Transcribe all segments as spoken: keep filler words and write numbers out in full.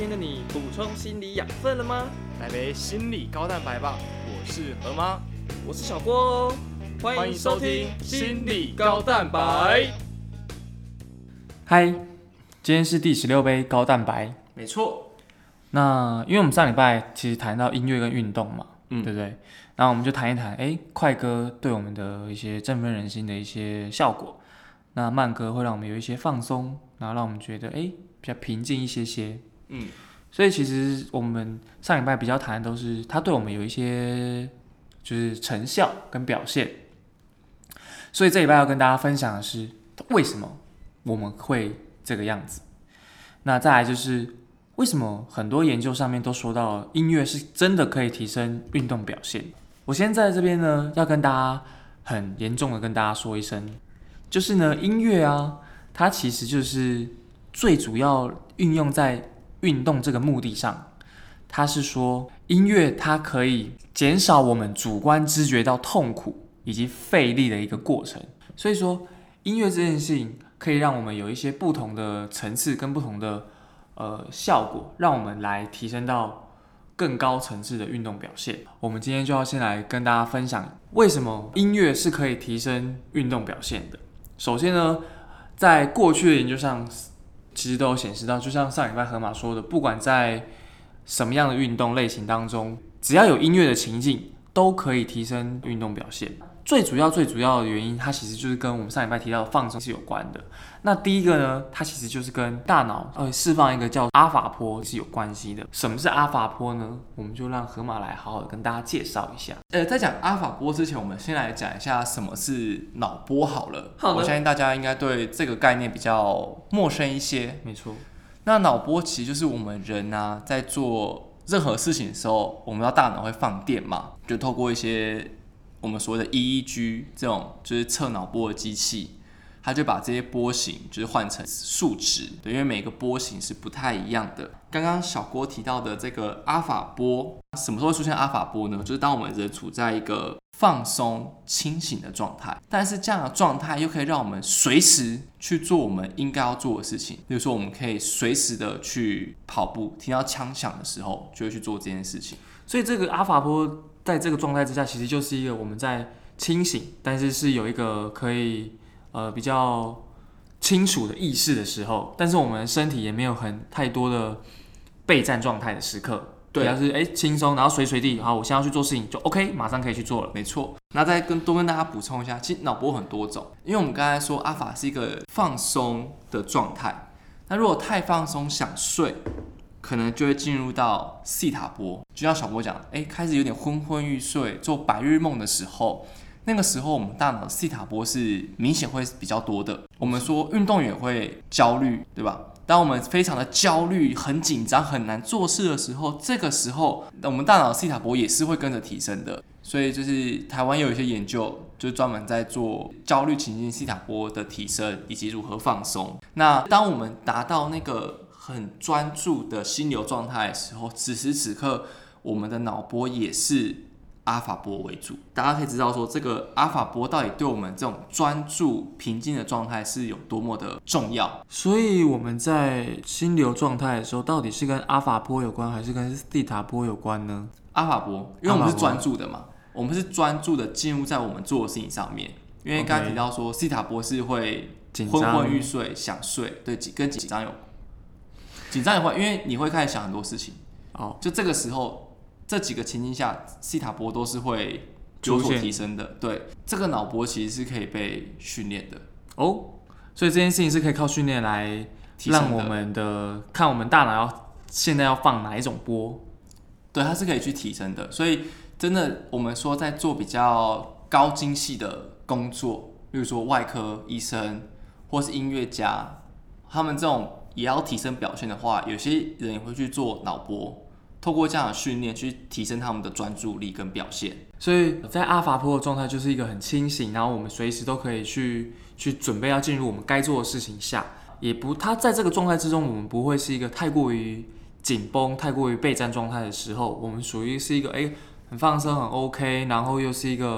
天的你补充心理养分了吗？ 来杯心理高蛋白吧！我是何妈， 我是小郭哦，欢迎收听心理高蛋白。 嗨，今天是第十六杯高蛋白。 没错。 那因为我们上礼拜其实谈到音乐跟运动嘛， 嗯， 对不对？然后我们就谈一谈，哎，快歌对我们的一些振奋人心的一些效果。那慢歌会让我们有一些放松，然后让我们觉得，哎，比较平静一些些。 嗯， 所以其实我们上礼拜比较谈的都是它对我们有一些就是成效跟表现。所以这礼拜要跟大家分享的是为什么我们会这个样子。那再来就是为什么很多研究上面都说到音乐是真的可以提升运动表现。我先在这边呢要跟大家很严重的跟大家说一声，就是呢音乐啊，它其实就是最主要运用在运动这个目的上。它是说音乐它可以减少我们主观知觉到痛苦以及费力的一个过程。所以说音乐这件事情可以让我们有一些不同的层次跟不同的呃效果，让我们来提升到更高层次的运动表现。我们今天就要先来跟大家分享为什么音乐是可以提升运动表现的。首先呢，在过去的研究上其实都有显示到，就像上礼拜河马说的，不管在什么样的运动类型当中，只要有音乐的情境都可以提升运动表现。最主要最主要的原因，它其实就是跟我们上礼拜提到的放松是有关的。那第一个呢，它其实就是跟大脑呃释放一个叫阿法波是有关系的。什么是阿法波呢？我们就让河马来好好的跟大家介绍一下。 呃，在讲阿法波之前，我们先来讲一下什么是脑波好了。 好的， 我相信大家应该对这个概念比较陌生一些。 没错。 那脑波其实就是我们人啊，在做任何事情的时候，我们的大脑会放电嘛，就透过一些我们所谓的 E E G 这种就是测脑波的机器，它就把这些波形就是换成数值，对，因为每个波形是不太一样的。刚刚小郭提到的这个阿法波，什么时候会出现阿法波呢？就是当我们人处在一个放松、清醒的状态，但是这样的状态又可以让我们随时去做我们应该要做的事情。比如说，我们可以随时的去跑步，听到枪响的时候就会去做这件事情。 所以这个阿法波在这个状态之下，其实就是一个我们在清醒，但是是有一个可以呃比较清楚的意识的时候，但是我们身体也没有很太多的备战状态的时刻。对，比较是哎轻松，然后随随地，好，我现在要去做事情就 OK， 马上可以去做了。 没错。那再跟多跟大家补充一下，其实脑波很多种，因为我们刚才说阿法是一个放松的状态，那如果太放松想睡，可能就会进入到西塔波，就像小波讲，哎，开始有点昏昏欲睡，做白日梦的时候，那个时候我们大脑的西塔波是明显会比较多的。我们说运动员会焦虑，对吧？当我们非常的焦虑、很紧张、很难做事的时候，这个时候我们大脑的西塔波也是会跟着提升的。所以就是台湾有一些研究，就是专门在做焦虑情境西塔波的提升以及如何放松。那当我们达到那个很专注的心流状态的时候，此时此刻我们的脑波也是阿法波为主。大家可以知道说，这个阿法波到底对我们这种专注平静的状态是有多么的重要。 所以我们在心流状态的时候，到底是跟阿法波有关，还是跟西塔波有关呢？ 阿法波，因为我们是专注的嘛，我们是专注的进入在我们做的事情上面。因为刚才提到说，西塔波是会昏昏欲睡、想睡，对，跟紧张有紧张也会，因为你会开始想很多事情。 哦， 就这个时候，这几个情境下，西塔波都是会有所提升的。对，这个脑波其实是可以被训练的。 哦，所以这件事情是可以靠训练来让我们的看我们大脑要现在要放哪一种波。 对，它是可以去提升的。所以真的，我们说在做比较高精细的工作，比如说外科医生或是音乐家，他们这种也要提升表现的话，有些人也会去做脑波，透过这样的训练去提升他们的专注力跟表现。 所以在阿法波的状态就是一个很清醒，然后我们随时都可以去去准备要进入我们该做的事情下，也不，它在这个状态之中，我们不会是一个太过于紧绷、太过于备战状态的时候，我们属于是一个哎很放松、很 OK， 然后又是一个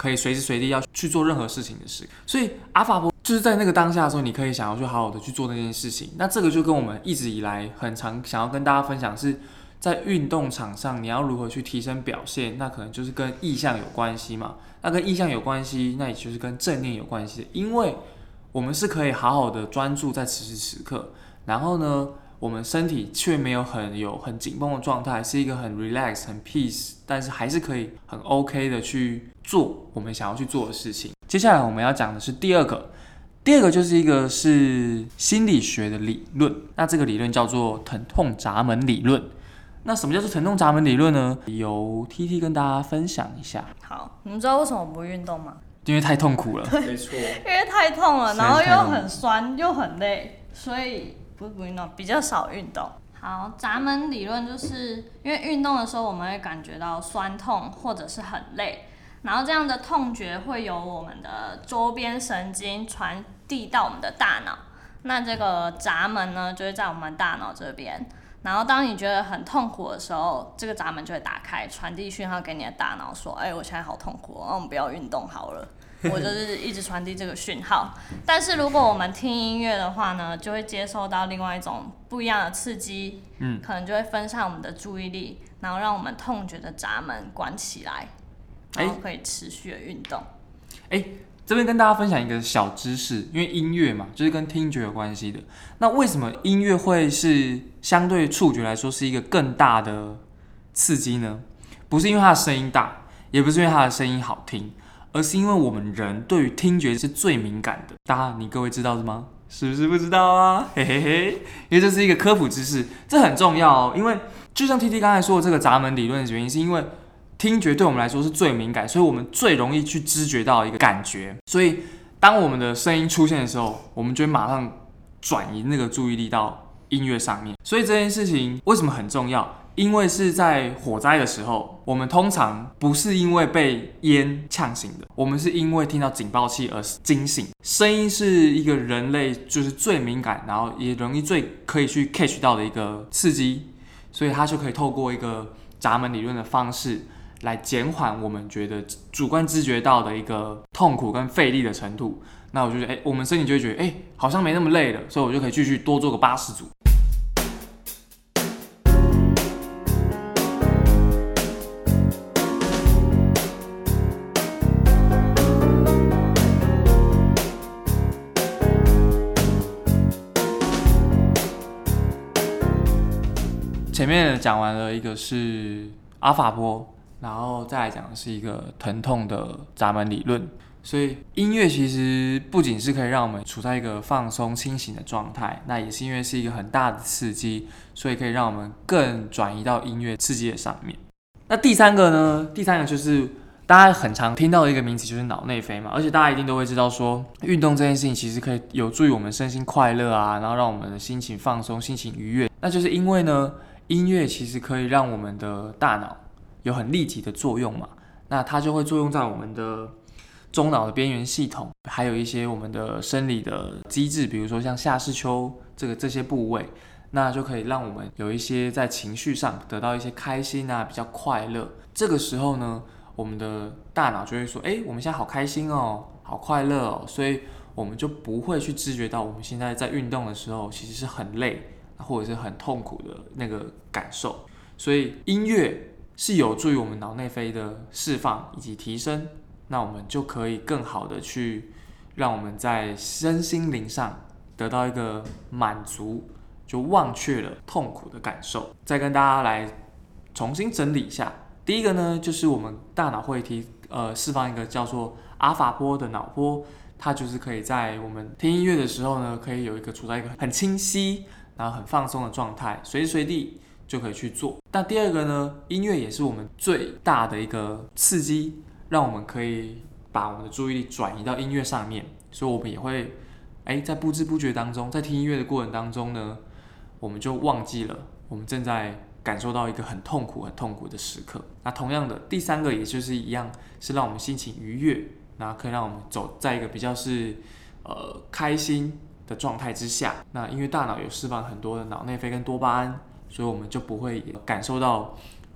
可以随时随地要去做任何事情的时刻。所以阿法波就是在那个当下的时候，你可以想要去好好的去做那件事情。那这个就跟我们一直以来很常想要跟大家分享是，在运动场上你要如何去提升表现，那可能就是跟意向有关系嘛。那跟意向有关系，那也就是跟正念有关系的，因为我们是可以好好的专注在此时此刻，然后呢，我们身体却没有很有很紧绷的状态，是一个很 relax 很 peace， 但是还是可以很 OK 的去做我们想要去做的事情。接下来我们要讲的是第二个，第二个就是一个是心理学的理论，那这个理论叫做疼痛闸门理论。那什么叫做疼痛闸门理论呢？由 T T 跟大家分享一下。 好，你们知道为什么我不运动吗？ 因为太痛苦了。 没错， 因为太痛了，然后又很酸又很累，所以不是不运动，比较少运动。好，闸门理论就是因为运动的时候我们会感觉到酸痛或者是很累，然后这样的痛觉会由我们的周边神经传递到我们的大脑，那这个闸门呢就会在我们大脑这边。然后当你觉得很痛苦的时候，这个闸门就会打开，传递讯号给你的大脑说，哎，我现在好痛苦，那我们不要运动好了。我就是一直传递这个讯号。但是如果我们听音乐的话呢，就会接收到另外一种不一样的刺激，嗯，可能就会分散我们的注意力，然后让我们痛觉的闸门关起来，然后可以持续的运动。 哎、欸。这边跟大家分享一个小知识，因为音乐嘛，就是跟听觉有关系的。那为什么音乐会是相对触觉来说是一个更大的刺激呢？不是因为它的声音大，也不是因为它的声音好听，而是因为我们人对于听觉是最敏感的。大家，你各位知道的吗？是不是不知道啊？嘿嘿嘿，因为这是一个科普知识，这很重要哦。因为就像 T T 刚才说的这个闸门理论的原因，是因为听觉对我们来说是最敏感，所以我们最容易去知觉到一个感觉。所以当我们的声音出现的时候，我们就会马上转移那个注意力到音乐上面。所以这件事情为什么很重要？因为是在火灾的时候，我们通常不是因为被烟呛醒的，我们是因为听到警报器而惊醒。声音是一个人类就是最敏感，然后也容易最可以去 catch 到的一个刺激，所以它就可以透过一个闸门理论的方式来减缓我们觉得主观知觉到的一个痛苦跟费力的程度。那我就觉得，哎、欸，我们身体就会觉得，哎、欸，好像没那么累了，所以我就可以继续多做个八十组。前面讲完了一个是阿法波，然后再来讲的是一个疼痛的闸门理论。所以音乐其实不仅是可以让我们处在一个放松清醒的状态，那也是因为是一个很大的刺激，所以可以让我们更转移到音乐刺激的上面。那第三个呢？第三个就是大家很常听到的一个名词，就是脑内啡嘛。而且大家一定都会知道说，运动这件事情其实可以有助于我们身心快乐啊，然后让我们的心情放松、心情愉悦。那就是因为呢，音乐其实可以让我们的大脑有很立体的作用嘛，那它就会作用在我们的中脑的边缘系统，还有一些我们的生理的机制，比如说像下视丘这个这些部位，那就可以让我们有一些在情绪上得到一些开心啊，比较快乐。这个时候呢，我们的大脑就会说，哎，我们现在好开心哦，好快乐哦，所以我们就不会去知觉到我们现在在运动的时候其实是很累或者是很痛苦的那个感受。所以音乐是有助于我们脑内啡的释放以及提升，那我们就可以更好的去让我们在身心灵上得到一个满足，就忘却了痛苦的感受。再跟大家来重新整理一下，第一个呢，就是我们大脑会提呃释放一个叫做阿法波的脑波，它就是可以在我们听音乐的时候呢，可以有一个处在一个很清晰然后很放松的状态，随时随地就可以去做。但第二个呢，音乐也是我们最大的一个刺激，让我们可以把我们的注意力转移到音乐上面，所以我们也会哎在不知不觉当中，在听音乐的过程当中呢，我们就忘记了我们正在感受到一个很痛苦很痛苦的时刻。那同样的，第三个也就是一样，是让我们心情愉悦，那可以让我们走在一个比较是呃开心的状态之下。那因为大脑有释放很多的脑内啡跟多巴胺，所以我们就不会感受到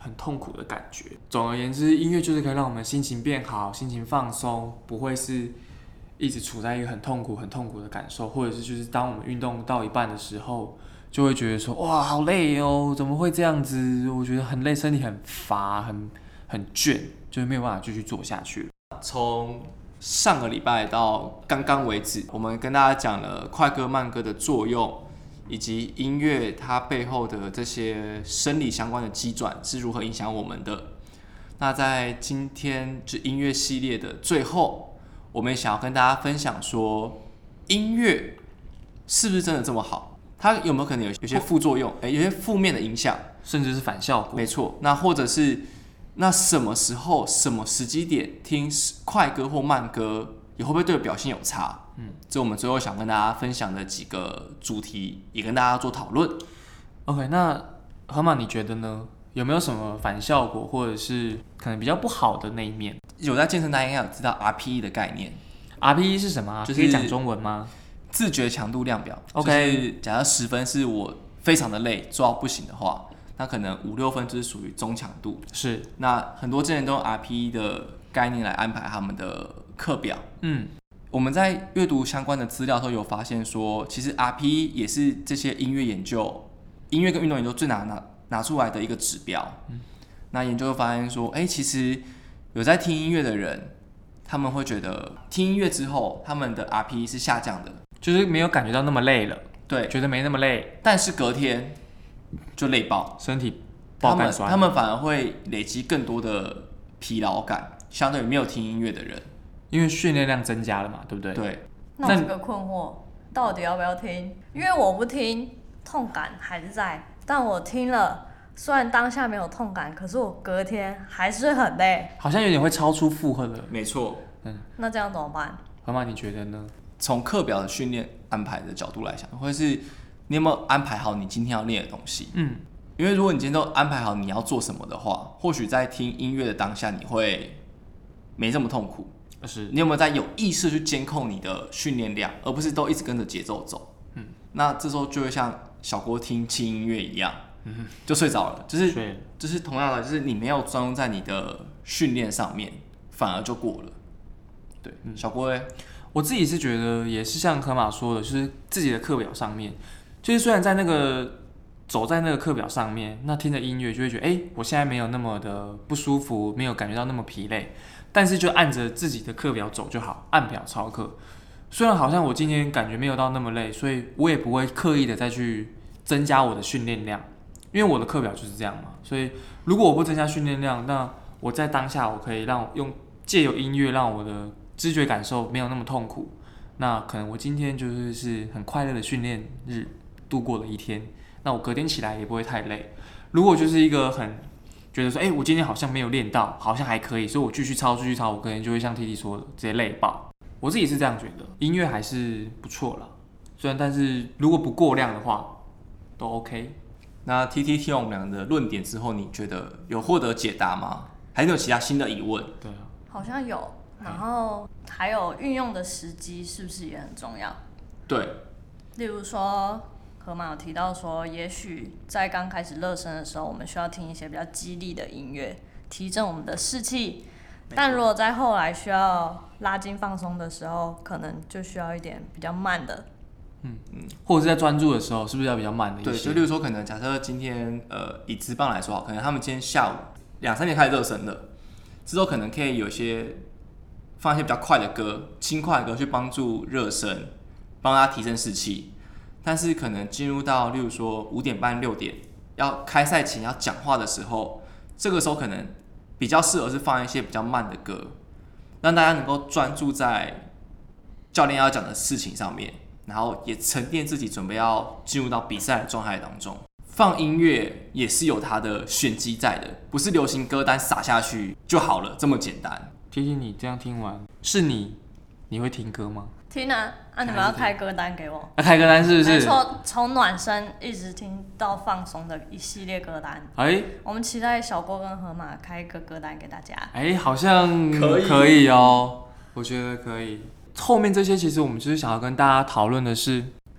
很痛苦的感觉。总而言之，音乐就是可以让我们心情变好，心情放松，不会是一直处在一个很痛苦、很痛苦的感受，或者是就是当我们运动到一半的时候，就会觉得说哇好累哦，怎么会这样子？我觉得很累，身体很乏，很很倦，就是没有办法继续做下去了。 从上个礼拜到刚刚为止，我们跟大家讲了快歌慢歌的作用，以及音乐它背后的这些生理相关的机转是如何影响我们的。那在今天这音乐系列的最后，我们也想要跟大家分享说，音乐是不是真的这么好？它有没有可能有有些副作用？欸、有些负面的影响， 甚至是反效果。 没错，那或者是那什么时候、什么时机点听快歌或慢歌，也会不会对表现有差？嗯，这我们最后想跟大家分享的几个主题，也跟大家做讨论。 OK， 那河马你觉得呢？有没有什么反效果，或者是可能比较不好的那一面？ 有在健身，大家应该有知道 R P E 的概念。 R P E 是什么、啊？就是可以讲中文吗？ 自觉强度量表。 OK， 就是假设十分是我非常的累，做到不行的话，那可能五六分就是属于中强度。 是。 那很多健人都用 R P E 的概念来安排他们的课表。嗯。我们在阅读相关的资料的时候有发现说，其实 R P E 也是这些音乐研究、音乐跟运动研究最拿拿拿出来的一个指标。嗯。那研究发现说，哎、欸，其实有在听音乐的人，他们会觉得听音乐之后，他们的 R P E 是下降的。 就是没有感觉到那么累了， 对， 觉得没那么累， 但是隔天就累爆， 身体爆肝酸， 他们反而会累积更多的疲劳感，相对于没有听音乐的人， 因为训练量增加了嘛，对不对？ 对。 那我有个困惑，到底要不要听？因为我不听，痛感还是在，但我听了，虽然当下没有痛感，可是我隔天还是很累， 好像有点会超出负荷了。 没错， 嗯， 那这样怎么办？ 河马你觉得呢？ 从课表的训练安排的角度来讲，或者是你有没有安排好你今天要练的东西？嗯，因为如果你今天都安排好你要做什么的话，或许在听音乐的当下你会没这么痛苦。 是， 你有没有在有意识去监控你的训练量，而不是都一直跟着节奏走？嗯，那这时候就会像小郭听轻音乐一样，嗯，就睡着了，就是就是同样的，就是你没有专注在你的训练上面，反而就过了。对，嗯、小郭欸。 我自己是觉得也是像河马说的，就是自己的课表上面，就是虽然在那个走在那个课表上面，那听着音乐就会觉得，哎、欸，我现在没有那么的不舒服，没有感觉到那么疲累，但是就按着自己的课表走就好，按表操课。虽然好像我今天感觉没有到那么累，所以我也不会刻意的再去增加我的训练量，因为我的课表就是这样嘛。所以如果我不增加训练量，那我在当下我可以让用借由音乐让我的知觉感受没有那么痛苦，那可能我今天就是是很快乐的训练日度过了一天，那我隔天起来也不会太累。如果就是一个很觉得说，哎、欸，我今天好像没有练到，好像还可以，所以我继续操，继续操，我可能就会像 T T 说的，直接累爆。我自己是这样觉得，音乐还是不错啦，虽然但是如果不过量的话，都 OK。 那 T T 听完我们俩的论点之后，你觉得有获得解答吗？还是有其他新的疑问？ 对啊， 好像有。然后还有运用的时机是不是也很重要？ 对， 例如说河马有提到说，也许在刚开始热身的时候，我们需要听一些比较激励的音乐，提振我们的士气。但如果在后来需要拉筋放松的时候，可能就需要一点比较慢的。 嗯嗯，或者是在专注的时候，是不是要比较慢的一些？ 对，就例如说，可能假设今天呃以职棒来说，可能他们今天下午两三点开始热身了，之后可能可以有些放一些比较快的歌，轻快的歌去帮助热身，帮他提升士气。但是可能进入到例如说五点半六点要开赛前要讲话的时候，这个时候可能比较适合是放一些比较慢的歌，让大家能够专注在教练要讲的事情上面，然后也沉淀自己准备要进入到比赛的状态当中。放音乐也是有它的玄机在的，不是流行歌单撒下去就好了这么简单。 提醒你这样听完，是你你会听歌吗？ 听啊，啊你们要开歌单给我。 要、啊、开歌单是不是？ 没错，从暖身一直听到放松的一系列歌单。哎、欸，我们期待小郭跟河马开一个歌单给大家。 哎、欸，好像可以可以哦，我觉得可以。后面这些其实我们就是想要跟大家讨论的是，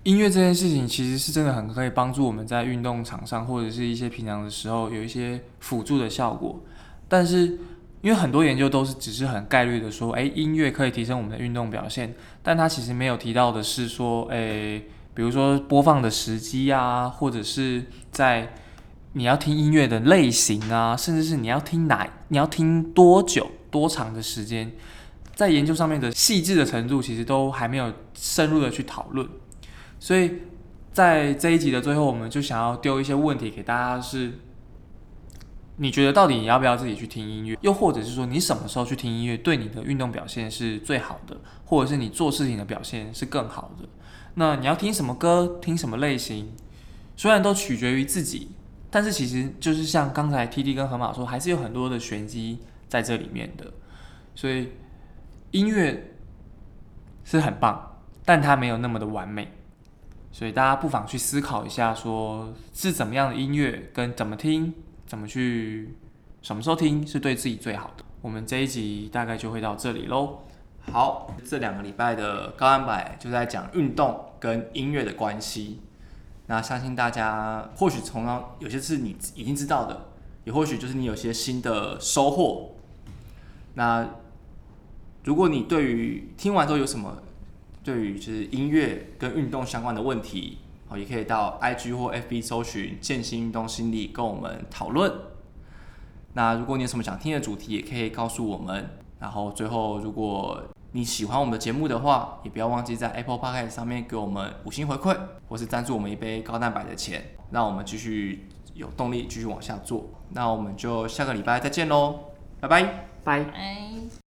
音乐这件事情其实是真的很可以帮助我们在运动场上或者是一些平常的时候有一些辅助的效果，但是因为很多研究都是只是很概率的说，哎，音乐可以提升我们的运动表现，但它其实没有提到的是说，哎，比如说播放的时机啊，或者是在你要听音乐的类型啊，甚至是你要听哪，你要听多久、多长的时间，在研究上面的细致的程度，其实都还没有深入的去讨论。所以在这一集的最后，我们就想要丢一些问题给大家是，你觉得到底你要不要自己去听音乐？又或者是说，你什么时候去听音乐对你的运动表现是最好的，或者是你做事情的表现是更好的？那你要听什么歌，听什么类型，虽然都取决于自己，但是其实就是像刚才 T D 跟河马说，还是有很多的玄机在这里面的。所以音乐是很棒，但它没有那么的完美。所以大家不妨去思考一下，说是怎么样的音乐跟怎么听，怎么去什么时候听是对自己最好的。我们这一集大概就会到这里咯。 好，这两个礼拜的高蛋白就在讲运动跟音乐的关系。那相信大家或许从中有些是你已经知道的，也或许就是你有些新的收获。那如果你对于听完之后有什么对于就是音乐跟运动相关的问题，也可以到 I G 或 F B 搜寻健心运动心理跟我们讨论。那如果你有什么想听的主题，也可以告诉我们。然后最后，如果你喜欢我们的节目的话，也不要忘记在 Apple Podcast 上面给我们五星回馈，或是赞助我们一杯高蛋白的钱，让我们继续有动力继续往下做。那我们就下个礼拜再见咯，拜拜， 拜。 哎。